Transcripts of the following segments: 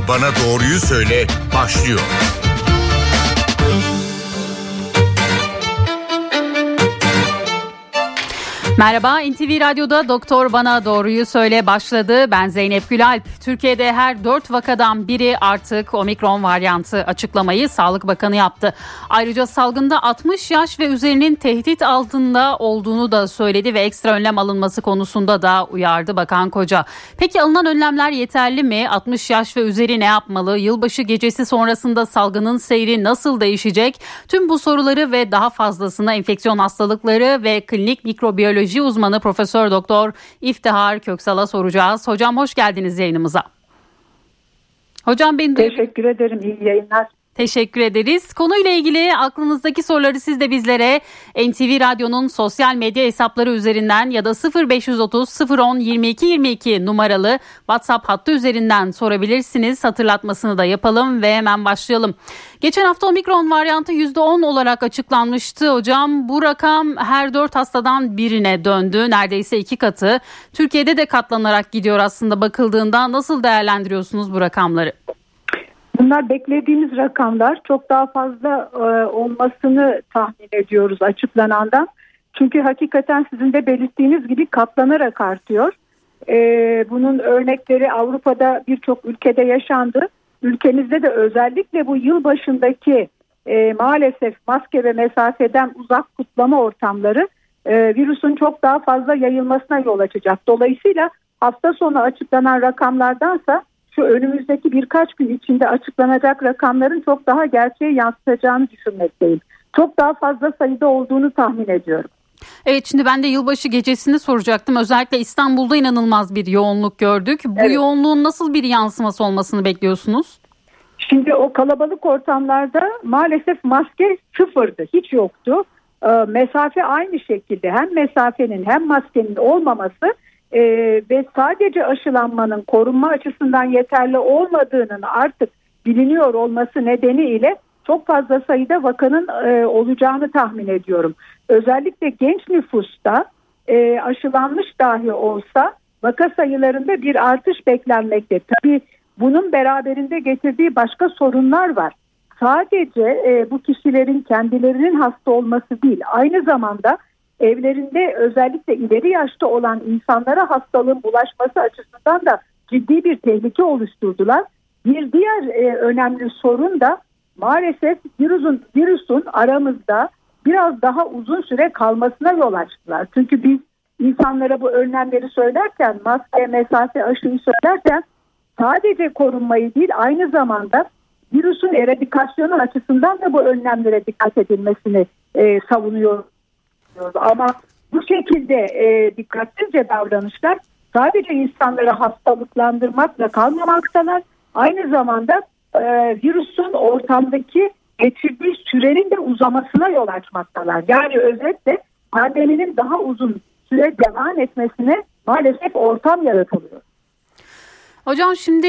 Bana Doğruyu Söyle başlıyor. Merhaba, NTV Radyo'da Doktor Bana Doğruyu Söyle başladı. Ben Zeynep Gülalp. Türkiye'de her 4 vakadan biri artık omikron varyantı açıklamayı Sağlık Bakanı yaptı. Ayrıca salgında 60 yaş ve üzerinin tehdit altında olduğunu da söyledi ve ekstra önlem alınması konusunda da uyardı Bakan Koca. Peki alınan önlemler yeterli mi? 60 yaş ve üzeri ne yapmalı? Yılbaşı gecesi sonrasında salgının seyri nasıl değişecek? Tüm bu soruları ve daha fazlasını enfeksiyon hastalıkları ve klinik mikrobiyoloji uzmanı Profesör Doktor İftihar Köksal'a soracağız. Hocam hoş geldiniz yayınımıza. Hocam teşekkür ederim. İyi yayınlar. Teşekkür ederiz. Konuyla ilgili aklınızdaki soruları siz de bizlere NTV Radyo'nun sosyal medya hesapları üzerinden ya da 0530 010 22 22 numaralı WhatsApp hattı üzerinden sorabilirsiniz. Hatırlatmasını da yapalım ve hemen başlayalım. Geçen hafta omikron varyantı %10 olarak açıklanmıştı hocam. Bu rakam her 4 hastadan birine döndü. Neredeyse 2 katı. Türkiye'de de katlanarak gidiyor aslında bakıldığında. Nasıl değerlendiriyorsunuz bu rakamları? Bunlar beklediğimiz rakamlar, çok daha fazla olmasını tahmin ediyoruz açıklanandan. Çünkü hakikaten sizin de belirttiğiniz gibi katlanarak artıyor. Bunun örnekleri Avrupa'da birçok ülkede yaşandı. Ülkemizde de özellikle bu yıl başındaki maalesef maske ve mesafeden uzak kutlama ortamları virüsün çok daha fazla yayılmasına yol açacak. Dolayısıyla hafta sonu açıklanan rakamlardansa şu önümüzdeki birkaç gün içinde açıklanacak rakamların çok daha gerçeğe yansıtacağını düşünmekteyim. Çok daha fazla sayıda olduğunu tahmin ediyorum. Evet, şimdi ben de yılbaşı gecesini soracaktım. Özellikle İstanbul'da inanılmaz bir yoğunluk gördük. Bu evet. Yoğunluğun nasıl bir yansıması olmasını bekliyorsunuz? Şimdi o kalabalık ortamlarda maalesef maske sıfırdı, hiç yoktu. Mesafe aynı şekilde, hem mesafenin hem maskenin olmaması ve sadece aşılanmanın korunma açısından yeterli olmadığının artık biliniyor olması nedeniyle çok fazla sayıda vakanın olacağını tahmin ediyorum. Özellikle genç nüfusta aşılanmış dahi olsa vaka sayılarında bir artış beklenmekte. Tabii bunun beraberinde getirdiği başka sorunlar var. Sadece bu kişilerin kendilerinin hasta olması değil, aynı zamanda evlerinde özellikle ileri yaşta olan insanlara hastalığın bulaşması açısından da ciddi bir tehlike oluşturdular. Bir diğer önemli sorun da maalesef virüsün aramızda biraz daha uzun süre kalmasına yol açtılar. Çünkü biz insanlara bu önlemleri söylerken, maske, mesafe, aşıyı söylerken sadece korunmayı değil, aynı zamanda virüsün eradikasyonu açısından da bu önlemlere dikkat edilmesini savunuyoruz. Ama bu şekilde dikkatsizce davranışlar sadece insanları hastalıklandırmakla kalmamaktalar. Aynı zamanda virüsün ortamdaki geçirdiği sürenin de uzamasına yol açmaktalar. Yani özetle pandeminin daha uzun süre devam etmesine maalesef ortam yaratılıyor. Hocam şimdi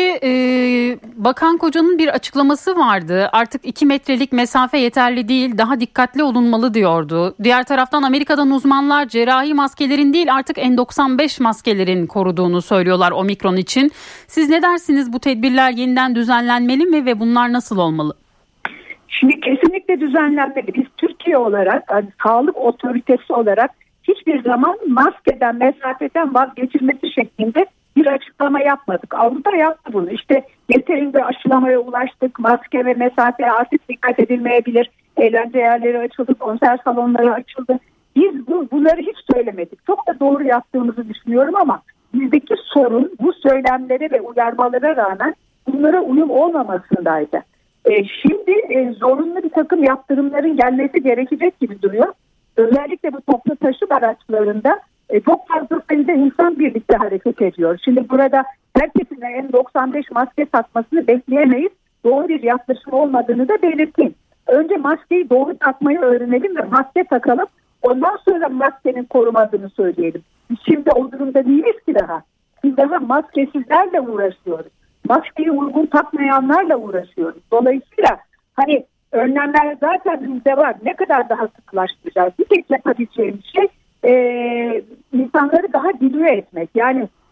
Bakan Koca'nın bir açıklaması vardı. Artık 2 metrelik mesafe yeterli değil, daha dikkatli olunmalı diyordu. Diğer taraftan Amerika'dan uzmanlar cerrahi maskelerin değil artık N95 maskelerin koruduğunu söylüyorlar omikron için. Siz ne dersiniz, bu tedbirler yeniden düzenlenmeli mi ve bunlar nasıl olmalı? Şimdi kesinlikle düzenlenmeli. Biz Türkiye olarak, yani sağlık otoritesi olarak hiçbir zaman maskeden, mesafeden vazgeçilmesi şeklinde bir açıklama yapmadık. Avrupa yaptı bunu. İşte yeterince aşılamaya ulaştık. Maske ve mesafeye artık dikkat edilmeyebilir. Eğlence yerleri açıldı, konser salonları açıldı. Biz bunları hiç söylemedik. Çok da doğru yaptığımızı düşünüyorum ama bizdeki sorun bu söylemlere ve uyarmalara rağmen bunlara uyum olmamasındaydı. Şimdi zorunlu bir takım yaptırımların gelmesi gerekecek gibi duruyor. Özellikle bu toplu taşıma araçlarında çok fazla sayıda insan birlikte hareket ediyor. Şimdi burada herkesin N95 maske takmasını bekleyemeyiz. Doğru bir yaklaşım olmadığını da belirteyim. Önce maskeyi doğru takmayı öğrenelim ve maske takalım. Ondan sonra maskenin korumadığını söyleyelim. Şimdi o durumda değiliz ki daha. Biz daha maskesizlerle uğraşıyoruz. Maskeyi uygun takmayanlarla uğraşıyoruz. Dolayısıyla hani önlemler zaten bizde var. Ne kadar daha sıklaştıracağız? Bir tek yapabileceğimiz şey insanları daha dilüye etmek. Yani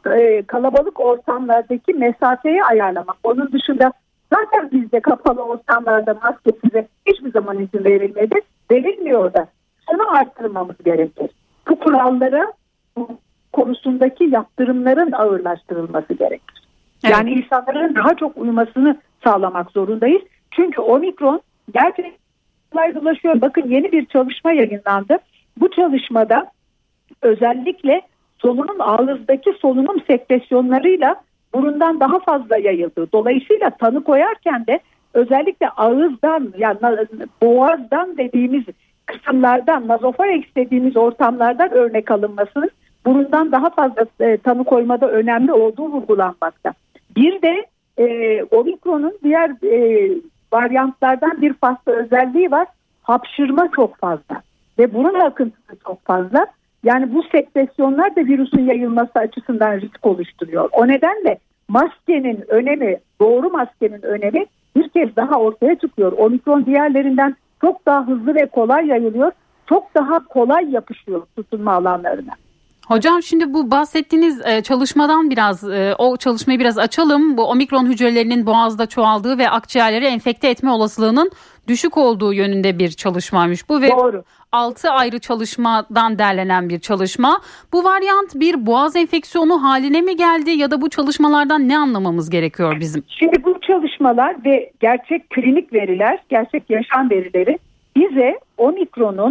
kalabalık ortamlardaki mesafeyi ayarlamak. Onun dışında zaten bizde kapalı ortamlarda maskesize hiçbir zaman izin verilmedi. Verilmiyor da. Şunu arttırmamız gerekir. Bu kurallara konusundaki yaptırımların ağırlaştırılması gerekir. Evet. Yani insanların daha çok uymasını sağlamak zorundayız. Çünkü omikron gerçekten dolaşıyor. Bakın yeni bir çalışma yayınlandı. Bu çalışmada özellikle ağızdaki solunum sekresyonlarıyla burundan daha fazla yayıldı. Dolayısıyla tanı koyarken de özellikle ağızdan, yani boğazdan dediğimiz kısımlardan, nazofarenks dediğimiz ortamlardan örnek alınmasının burundan daha fazla tanı koymada önemli olduğu vurgulanmakta. Bir de omikronun diğer varyantlardan bir farklı özelliği var. Hapşırma çok fazla ve burun akıntısı çok fazla. Yani bu sekresyonlar da virüsün yayılması açısından risk oluşturuyor. O nedenle maskenin önemi, doğru maskenin önemi bir kez daha ortaya çıkıyor. Omikron diğerlerinden çok daha hızlı ve kolay yayılıyor. Çok daha kolay yapışıyor tutunma alanlarına. Hocam şimdi bu bahsettiğiniz çalışmadan o çalışmayı biraz açalım. Bu omikron hücrelerinin boğazda çoğaldığı ve akciğerleri enfekte etme olasılığının düşük olduğu yönünde bir çalışmaymış bu ve doğru. 6 ayrı çalışmadan derlenen bir çalışma. Bu varyant bir boğaz enfeksiyonu haline mi geldi ya da bu çalışmalardan ne anlamamız gerekiyor bizim? Şimdi bu çalışmalar ve gerçek klinik veriler, gerçek yaşam verileri bize omikronun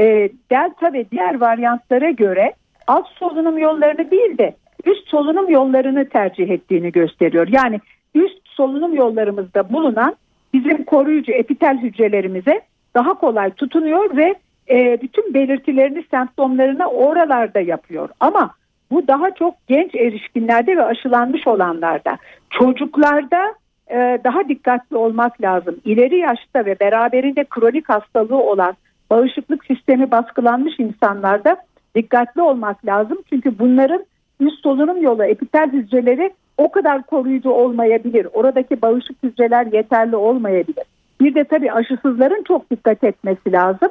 delta ve diğer varyantlara göre alt solunum yollarını değil de üst solunum yollarını tercih ettiğini gösteriyor. Yani üst solunum yollarımızda bulunan bizim koruyucu epitel hücrelerimize daha kolay tutunuyor ve bütün belirtilerini, semptomlarını oralarda yapıyor. Ama bu daha çok genç erişkinlerde ve aşılanmış olanlarda. Çocuklarda daha dikkatli olmak lazım. İleri yaşta ve beraberinde kronik hastalığı olan, bağışıklık sistemi baskılanmış insanlarda dikkatli olmak lazım. Çünkü bunların üst solunum yolu epitel hücreleri o kadar koruyucu olmayabilir. Oradaki bağışık hücreler yeterli olmayabilir. Bir de tabii aşısızların çok dikkat etmesi lazım.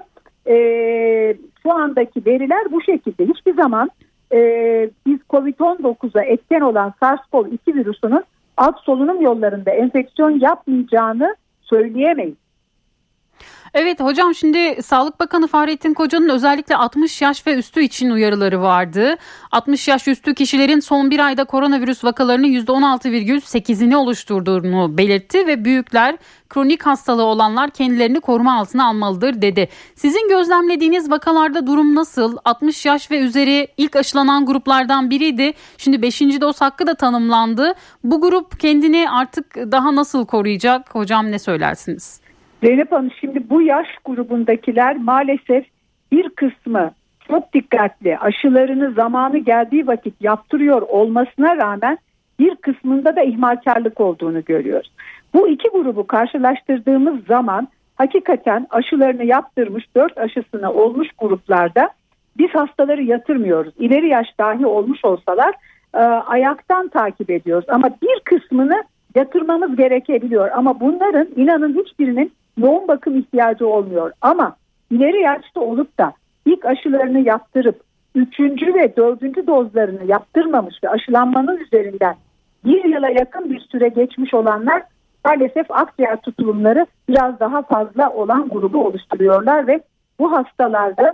Şu andaki veriler bu şekilde. Hiçbir zaman biz COVID-19'a etken olan SARS-CoV-2 virüsünün alt solunum yollarında enfeksiyon yapmayacağını söyleyemeyiz. Evet hocam, şimdi Sağlık Bakanı Fahrettin Koca'nın özellikle 60 yaş ve üstü için uyarıları vardı. 60 yaş üstü kişilerin son bir ayda koronavirüs vakalarının %16,8'ini oluşturduğunu belirtti ve büyükler, kronik hastalığı olanlar kendilerini koruma altına almalıdır dedi. Sizin gözlemlediğiniz vakalarda durum nasıl? 60 yaş ve üzeri ilk aşılanan gruplardan biriydi. Şimdi 5. doz hakkı da tanımlandı. Bu grup kendini artık daha nasıl koruyacak? Hocam ne söylersiniz? Zeynep Hanım, şimdi bu yaş grubundakiler maalesef bir kısmı çok dikkatli, aşılarını zamanı geldiği vakit yaptırıyor olmasına rağmen bir kısmında da ihmalkarlık olduğunu görüyoruz. Bu iki grubu karşılaştırdığımız zaman hakikaten aşılarını yaptırmış, 4 aşısını olmuş gruplarda biz hastaları yatırmıyoruz. İleri yaş dahi olmuş olsalar ayaktan takip ediyoruz ama bir kısmını yatırmamız gerekebiliyor. Ama bunların inanın hiçbirinin yoğun bakım ihtiyacı olmuyor. Ama ileri yaşta olup da ilk aşılarını yaptırıp 3. ve 4. dozlarını yaptırmamış ve aşılanmanın üzerinden 1 yıla yakın bir süre geçmiş olanlar maalesef akciğer tutulumları biraz daha fazla olan grubu oluşturuyorlar ve bu hastalarda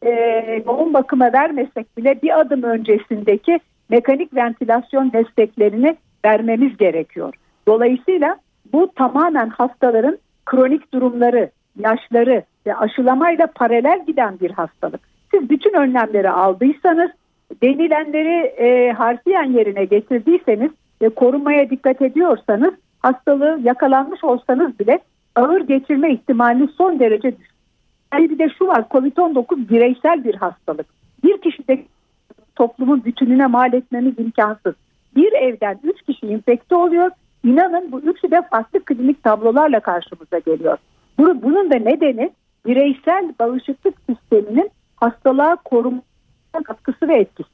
yoğun bakıma vermesek bile bir adım öncesindeki mekanik ventilasyon desteklerini vermemiz gerekiyor. Dolayısıyla bu tamamen hastaların kronik durumları, yaşları ve aşılamayla paralel giden bir hastalık. Siz bütün önlemleri aldıysanız, denilenleri harfiyen yerine getirdiyseniz ve korunmaya dikkat ediyorsanız, hastalığı yakalanmış olsanız bile ağır geçirme ihtimaliniz son derece düşük. Yani bir de şu var, COVID-19 bireysel bir hastalık. Bir kişide toplumun bütününe mal etmemiz imkansız. Bir evden 3 kişi infekte oluyor. İnanın bu üçü de farklı klinik tablolarla karşımıza geliyor. Bunun da nedeni bireysel bağışıklık sisteminin hastalığa korunma katkısı ve etkisi.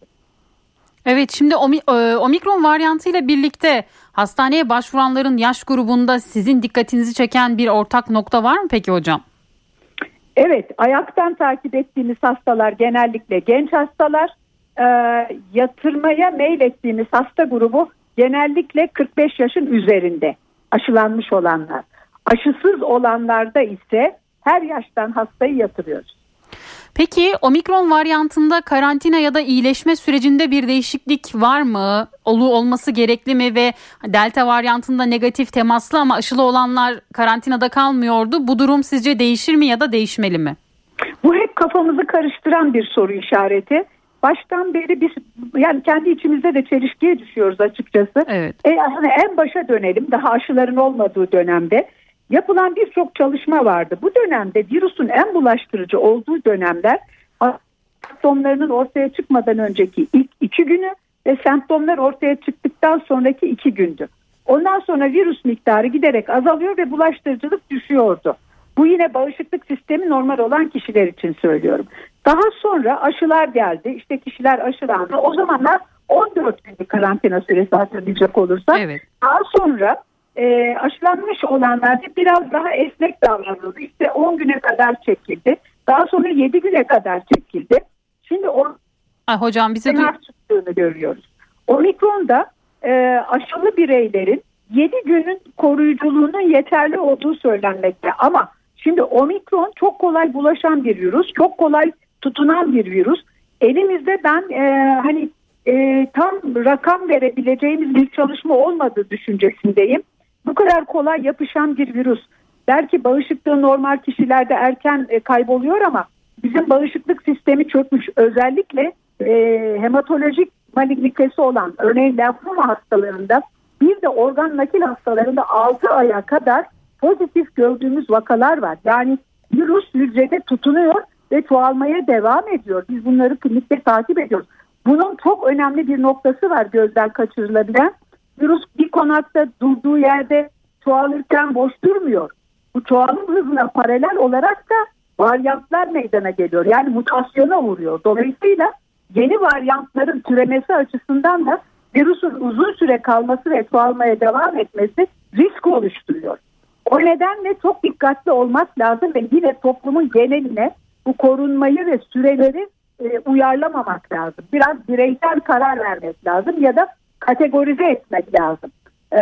Evet, şimdi omikron varyantıyla birlikte hastaneye başvuranların yaş grubunda sizin dikkatinizi çeken bir ortak nokta var mı peki hocam? Evet, ayaktan takip ettiğimiz hastalar genellikle genç hastalar. yatırmaya meylettiğimiz hasta grubu genellikle 45 yaşın üzerinde aşılanmış olanlar. Aşısız olanlarda ise her yaştan hastayı yatırıyoruz. Peki omikron varyantında karantina ya da iyileşme sürecinde bir değişiklik var mı? Olması gerekli mi ve delta varyantında negatif temaslı ama aşılı olanlar karantinada kalmıyordu. Bu durum sizce değişir mi ya da değişmeli mi? Bu hep kafamızı karıştıran bir soru işareti. Baştan beri biz yani kendi içimizde de çelişkiye düşüyoruz açıkçası. Evet. Hani en başa dönelim, daha aşıların olmadığı dönemde yapılan birçok çalışma vardı. Bu dönemde virüsün en bulaştırıcı olduğu dönemler semptomlarının ortaya çıkmadan önceki ilk 2 günü ve semptomlar ortaya çıktıktan sonraki 2 gündü. Ondan sonra virüs miktarı giderek azalıyor ve bulaştırıcılık düşüyordu. Bu yine bağışıklık sistemi normal olan kişiler için söylüyorum. Daha sonra aşılar geldi. İşte kişiler aşılandı. O zamanlar 14 günlük karantina süresi hatırlayacak olursak. Evet. Daha sonra aşılanmış olanlarda biraz daha esnek davranıldı. İşte 10 güne kadar çekildi. Daha sonra 7 güne kadar çekildi. Şimdi hocam bize çıktığını görüyoruz. Omikron'da aşılı bireylerin 7 günün koruyuculuğunun yeterli olduğu söylenmekte. Ama şimdi omikron çok kolay bulaşan bir virüs, çok kolay tutunan bir virüs. Elimizde ben tam rakam verebileceğimiz bir çalışma olmadığı düşüncesindeyim. Bu kadar kolay yapışan bir virüs. Belki bağışıklığı normal kişilerde erken kayboluyor ama bizim bağışıklık sistemi çökmüş. Özellikle hematolojik malignitesi olan örneğin lenfoma hastalarında bir de organ nakil hastalarında 6 aya kadar pozitif gördüğümüz vakalar var. Yani virüs hücrede tutunuyor ve çoğalmaya devam ediyor. Biz bunları klinikte takip ediyoruz. Bunun çok önemli bir noktası var gözden kaçırılabilen. Virüs bir konakta durduğu yerde çoğalırken boş durmuyor. Bu çoğalım hızına paralel olarak da varyantlar meydana geliyor. Yani mutasyona uğruyor. Dolayısıyla yeni varyantların türemesi açısından da virüsün uzun süre kalması ve çoğalmaya devam etmesi risk oluşturuyor. O nedenle çok dikkatli olmak lazım ve yine toplumun geneline bu korunmayı ve süreleri uyarlamamak lazım. Biraz bireysel karar vermek lazım ya da kategorize etmek lazım.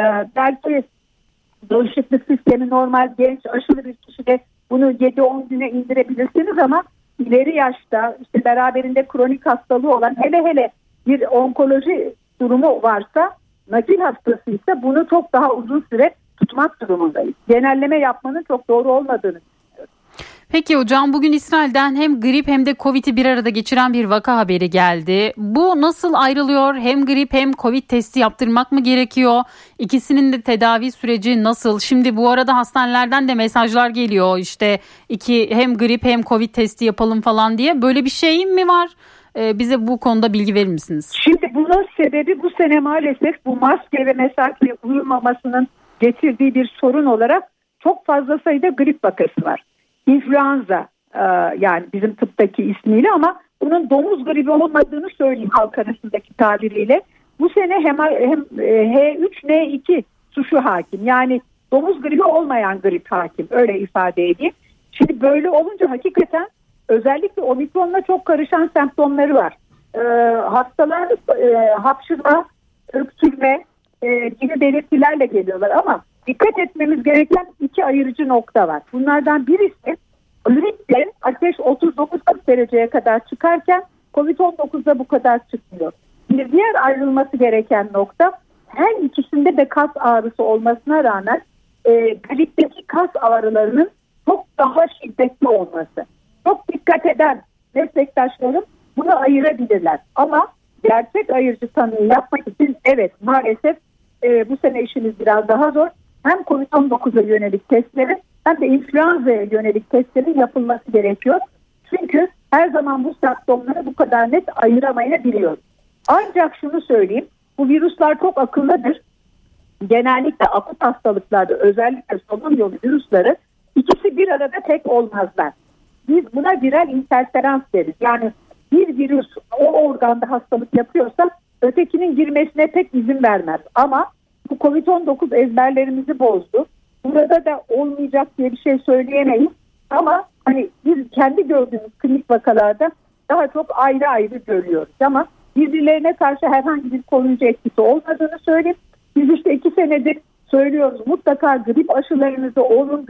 Belki bağışıklık sistemi normal genç aşılı bir kişide bunu 7-10 güne indirebilirsiniz ama ileri yaşta işte beraberinde kronik hastalığı olan hele bir onkoloji durumu varsa nakil hastasıysa bunu çok daha uzun süre tutmak durumundayız. Genelleme yapmanın çok doğru olmadığını. Peki hocam bugün İsrail'den hem grip hem de Covid'i bir arada geçiren bir vaka haberi geldi. Bu nasıl ayrılıyor? Hem grip hem Covid testi yaptırmak mı gerekiyor? İkisinin de tedavi süreci nasıl? Şimdi bu arada hastanelerden de mesajlar geliyor işte hem grip hem Covid testi yapalım falan diye. Böyle bir şey mi var? Bize bu konuda bilgi verir misiniz? Şimdi bunun sebebi bu sene maalesef bu maske ve mesafeye uyulmamasının getirdiği bir sorun olarak çok fazla sayıda grip vakası var. İnfluenza yani bizim tıptaki ismiyle ama bunun domuz gribi olmadığını söyleyeyim halk arasındaki tabiriyle. Bu sene hem H3N2 tuşu hakim yani domuz gribi olmayan grip hakim öyle ifade edeyim. Şimdi böyle olunca hakikaten özellikle omikronla çok karışan semptomları var. Hastalar hapşırma, öksürme gibi belirtilerle geliyorlar ama dikkat etmemiz gereken 2 ayırıcı nokta var. Bunlardan birisi gripte ateş 39 dereceye kadar çıkarken COVID-19'da bu kadar çıkmıyor. Bir diğer ayrılması gereken nokta her ikisinde de kas ağrısı olmasına rağmen gripteki kas ağrılarının çok daha şiddetli olması. Çok dikkat eden meslektaşlarım bunu ayırabilirler. Ama gerçek ayırıcı tanıyı yapmak için evet maalesef bu sene işimiz biraz daha zor. Hem COVID-19'a yönelik testlerin hem de influenza'ya yönelik testlerin yapılması gerekiyor. Çünkü her zaman bu semptomları bu kadar net ayıramayabiliyoruz. Ancak şunu söyleyeyim, bu virüsler çok akıllıdır. Genellikle akut hastalıklarda özellikle solunum yolu virüsleri ikisi bir arada tek olmazlar. Biz buna viral interferans deriz. Yani bir virüs o organda hastalık yapıyorsa ötekinin girmesine pek izin vermez. Ama bu COVID-19 ezberlerimizi bozdu. Burada da olmayacak diye bir şey söyleyemeyiz. Ama hani biz kendi gördüğümüz klinik vakalarda daha çok ayrı ayrı görüyoruz. Ama birbirlerine karşı herhangi bir koruyucu etkisi olmadığını söyleyeyim. Biz işte 2 senedir söylüyoruz, mutlaka grip aşılarınızı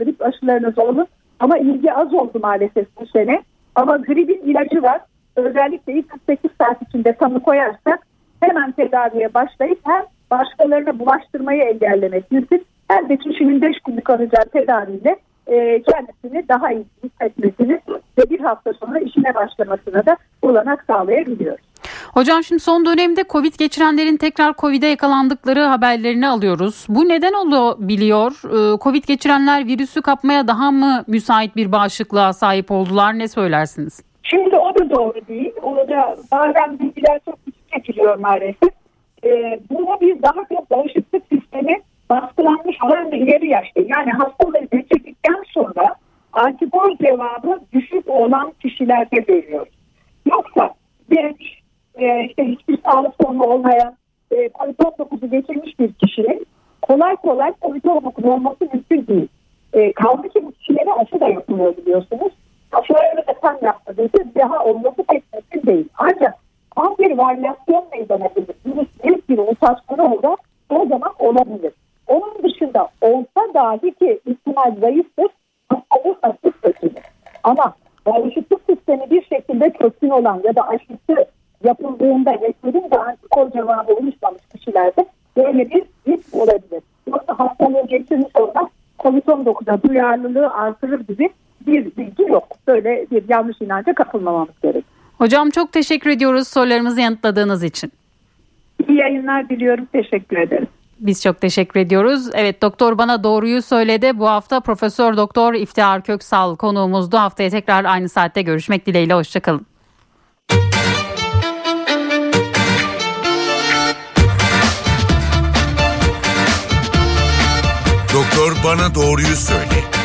olun. Ama ilgi az oldu maalesef bu sene. Ama gripin ilacı var. Özellikle ilk 48 saat içinde tanı koyarsak hemen tedaviye başlayıp hem başkalarına bulaştırmayı engellemek mümkün, hem de kişinin 5 günlük alacağı tedaviyle kendisini daha iyi hissetmesini ve bir hafta sonra işine başlamasına da olanak sağlayabiliyoruz. Hocam şimdi son dönemde Covid geçirenlerin tekrar Covid'e yakalandıkları haberlerini alıyoruz. Bu neden olabiliyor? Covid geçirenler virüsü kapmaya daha mı müsait bir bağışıklığa sahip oldular? Ne söylersiniz? Şimdi o da doğru değil. Orada bazen bilgiler çok küçük geçiliyor maalesef. Bunu biz daha çok bağışıklık sistemi baskılanmış olan ileri yaşta, yani hastalığı geçirdikten sonra antikor cevabı düşük olan kişilerde görüyoruz. Yoksa genç, hiçbir sağlık sorunu olmayan COVID-19'u geçirmiş bir kişinin kolay kolay COVID-19 olması mümkün değil. Kaldı ki bu kişilere aşı da yapılıyor biliyorsunuz. Aşılarını da tam yapmadıysa daha olması pek mümkün değil. Ancak tam bir varyasyon meydana gelir. Virüs büyük bir mutasyonu olur, o zaman olabilir. Onun dışında olsa dahi ki ihtimal zayıftır, hastalığı hafif kötüdür. Ama bağışıklık sistemi bir şekilde kötü olan ya da aşısı yapıldığında yeterince antikor cevabı oluşmamış kişilerde böyle bir risk olabilir. Yoksa hastalığı geçirmiş olmak COVID-19'a duyarlılığı artırır gibi bir bilgi yok. Böyle bir yanlış inanca kapılmamamız gerekir. Hocam çok teşekkür ediyoruz sorularımızı yanıtladığınız için. İyi yayınlar diliyorum. Teşekkür ederim. Biz çok teşekkür ediyoruz. Evet, doktor bana doğruyu söyledi. Bu hafta Profesör Doktor İftihar Köksal konuğumuzdu. Haftaya tekrar aynı saatte görüşmek dileğiyle. Hoşçakalın. Doktor bana doğruyu söyle.